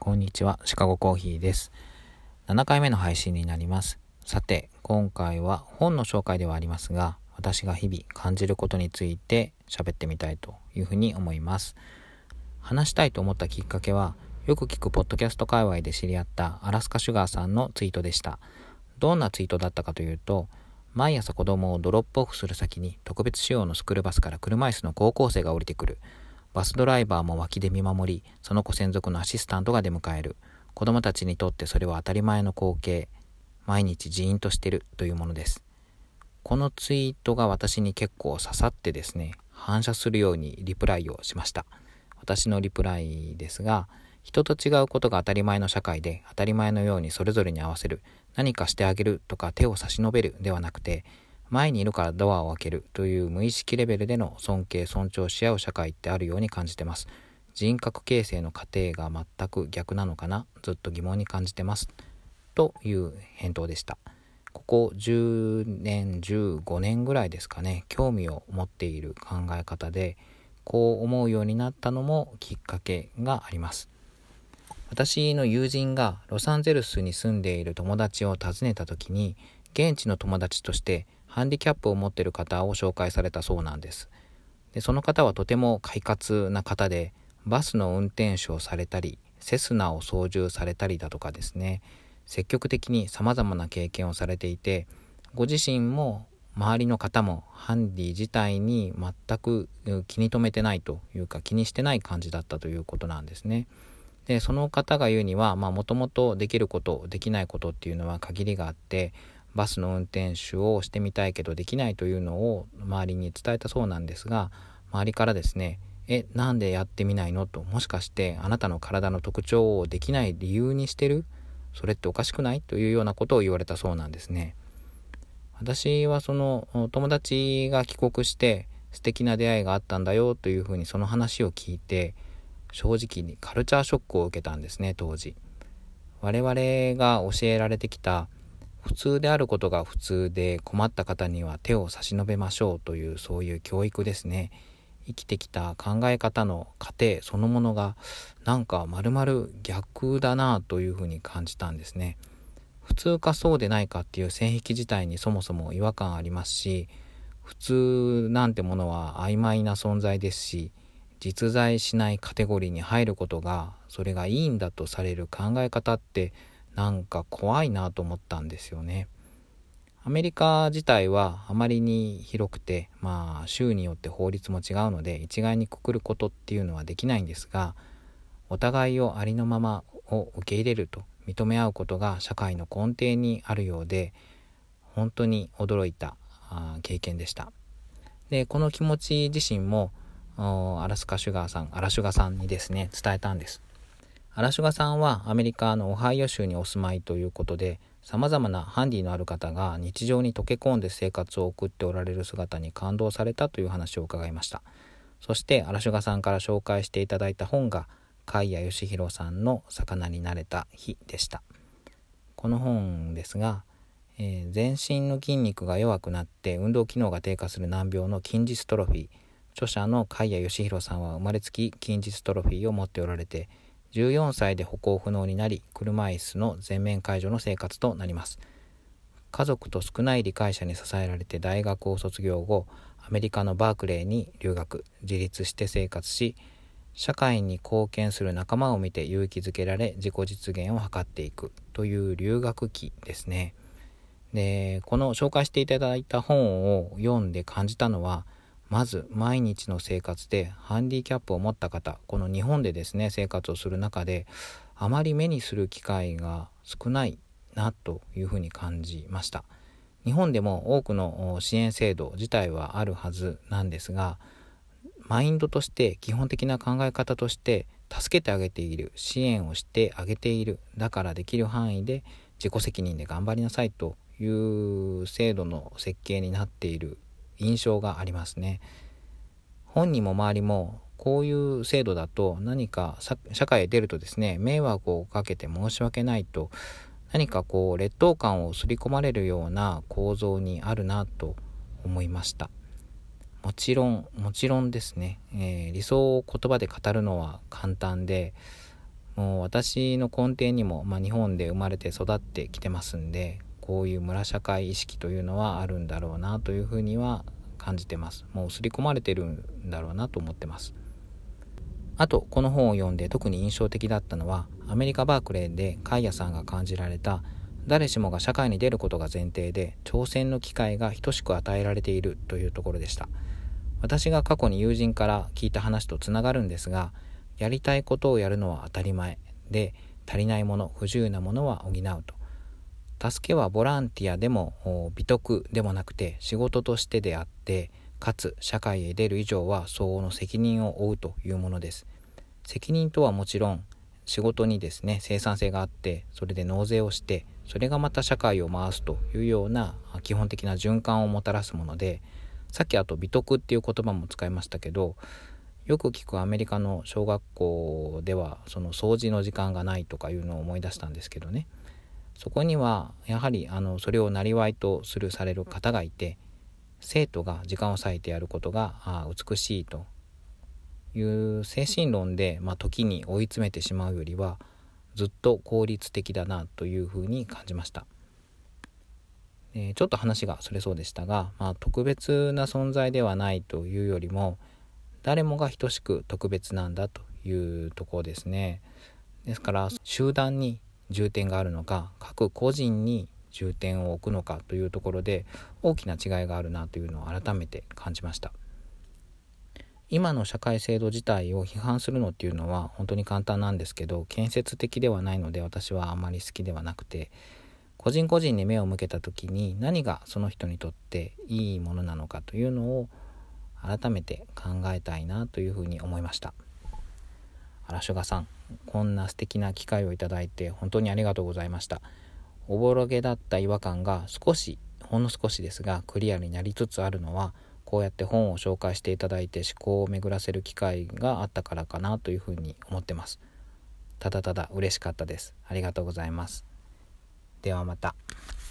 こんにちは、シカゴコーヒーです。7回目の配信になります。さて、今回は本の紹介ではありますが、私が日々感じることについて喋ってみたいというふうに思います。話したいと思ったきっかけは、よく聞くポッドキャスト界隈で知り合ったアラスカシュガーさんのツイートでした。どんなツイートだったかというと、毎朝子供をドロップオフする先に特別仕様のスクールバスから車椅子の高校生が降りてくる。バスドライバーも脇で見守り、その子専属のアシスタントが出迎える。子供たちにとってそれは当たり前の光景。毎日ジーンとしてるというものです。このツイートが私に結構刺さってですね、反射するようにリプライをしました。私のリプライですが、人と違うことが当たり前の社会で当たり前のようにそれぞれに合わせる、何かしてあげるとか手を差し伸べるではなくて、前にいるからドアを開けるという無意識レベルでの尊敬尊重し合う社会ってあるように感じてます。人格形成の過程が全く逆なのかな、ずっと疑問に感じてますという返答でした。ここ10年15年ぐらいですかね、興味を持っている考え方でこう思うようになったのもきっかけがあります。私の友人がロサンゼルスに住んでいる友達を訪ねた時に、現地の友達としてハンディキャップを持っている方を紹介されたそうなんです。で、その方はとても快活な方で、バスの運転手をされたり、セスナを操縦されたりだとかですね、積極的に様々な経験をされていて、ご自身も周りの方もハンディ自体に全く気に留めてないというか、気にしてない感じだったということなんですね。で、その方が言うには、もともとできること、できないことっていうのは限りがあって、バスの運転手をしてみたいけどできないというのを周りに伝えたそうなんですが、周りからですね、なんでやってみないのと、もしかしてあなたの体の特徴をできない理由にしてる？それっておかしくない？というようなことを言われたそうなんですね。私はその友達が帰国して素敵な出会いがあったんだよというふうにその話を聞いて、正直にカルチャーショックを受けたんですね。当時我々が教えられてきた、普通であることが普通で、困った方には手を差し伸べましょうという、そういう教育ですね。生きてきた考え方の過程そのものがなんか丸々逆だなというふうに感じたんですね。普通かそうでないかっていう線引き自体にそもそも違和感ありますし、普通なんてものは曖昧な存在ですし、実在しないカテゴリーに入ることが、それがいいんだとされる考え方ってなんか怖いなと思ったんですよね。アメリカ自体はあまりに広くて、州によって法律も違うので一概にくくることっていうのはできないんですが、お互いをありのままを受け入れると認め合うことが社会の根底にあるようで、本当に驚いた経験でした。で、この気持ち自身もアラシュガさんにですね伝えたんです。アラシュガさんはアメリカのオハイオ州にお住まいということで、様々なハンディのある方が日常に溶け込んで生活を送っておられる姿に感動されたという話を伺いました。そしてアラシュガさんから紹介していただいた本が貝谷義弘さんの魚になれた日でした。この本ですが、全身の筋肉が弱くなって運動機能が低下する難病の筋ジストロフィー、著者の貝谷義弘さんは生まれつき筋ジストロフィーを持っておられて、14歳で歩行不能になり、車椅子の全面介助の生活となります。家族と少ない理解者に支えられて大学を卒業後、アメリカのバークレーに留学、自立して生活し、社会に貢献する仲間を見て勇気づけられ、自己実現を図っていくという留学期ですね。で、この紹介していただいた本を読んで感じたのは、まず毎日の生活でハンディキャップを持った方、この日本でですね生活をする中であまり目にする機会が少ないなというふうに感じました。日本でも多くの支援制度自体はあるはずなんですが、マインドとして基本的な考え方として助けてあげている、支援をしてあげている、だからできる範囲で自己責任で頑張りなさいという制度の設計になっている印象がありますね。本人も周りもこういう制度だと何か社会へ出るとですね、迷惑をかけて申し訳ないと、何か劣等感を刷り込まれるような構造にあるなと思いました。もちろんですね、理想を言葉で語るのは簡単で、 もう私の根底にも、日本で生まれて育ってきてますんで、こういう村社会意識というのはあるんだろうなというふうには感じてます。もう刷り込まれてるんだろうなと思ってます。あとこの本を読んで特に印象的だったのは、アメリカ・バークレーでカイヤさんが感じられた、誰しもが社会に出ることが前提で挑戦の機会が等しく与えられているというところでした。私が過去に友人から聞いた話とつながるんですが、やりたいことをやるのは当たり前で、足りないもの、不自由なものは補うと。助けはボランティアでも美徳でもなくて仕事としてであって、かつ社会へ出る以上は相応の責任を負うというものです。責任とはもちろん仕事にですね、生産性があって、それで納税をして、それがまた社会を回すというような基本的な循環をもたらすもので、さっきあと美徳っていう言葉も使いましたけど、よく聞くアメリカの小学校ではその掃除の時間がないとかいうのを思い出したんですけどね、そこにはやはりそれを生業とされる方がいて、生徒が時間を割いてやることが美しいという精神論で、時に追い詰めてしまうよりはずっと効率的だなというふうに感じました。ちょっと話がそれそうでしたが、特別な存在ではないというよりも、誰もが等しく特別なんだというところですね。ですから集団に重点があるのか、各個人に重点を置くのかというところで大きな違いがあるなというのを改めて感じました。今の社会制度自体を批判するのっていうのは本当に簡単なんですけど、建設的ではないので私はあまり好きではなくて、個人個人に目を向けた時に何がその人にとっていいものなのかというのを改めて考えたいなというふうに思いました。荒シュガさん、こんな素敵な機会をいただいて本当にありがとうございました。おぼろげだった違和感がほんの少しですがクリアになりつつあるのは、こうやって本を紹介していただいて思考を巡らせる機会があったからかなというふうに思ってます。ただただ嬉しかったです。ありがとうございます。ではまた。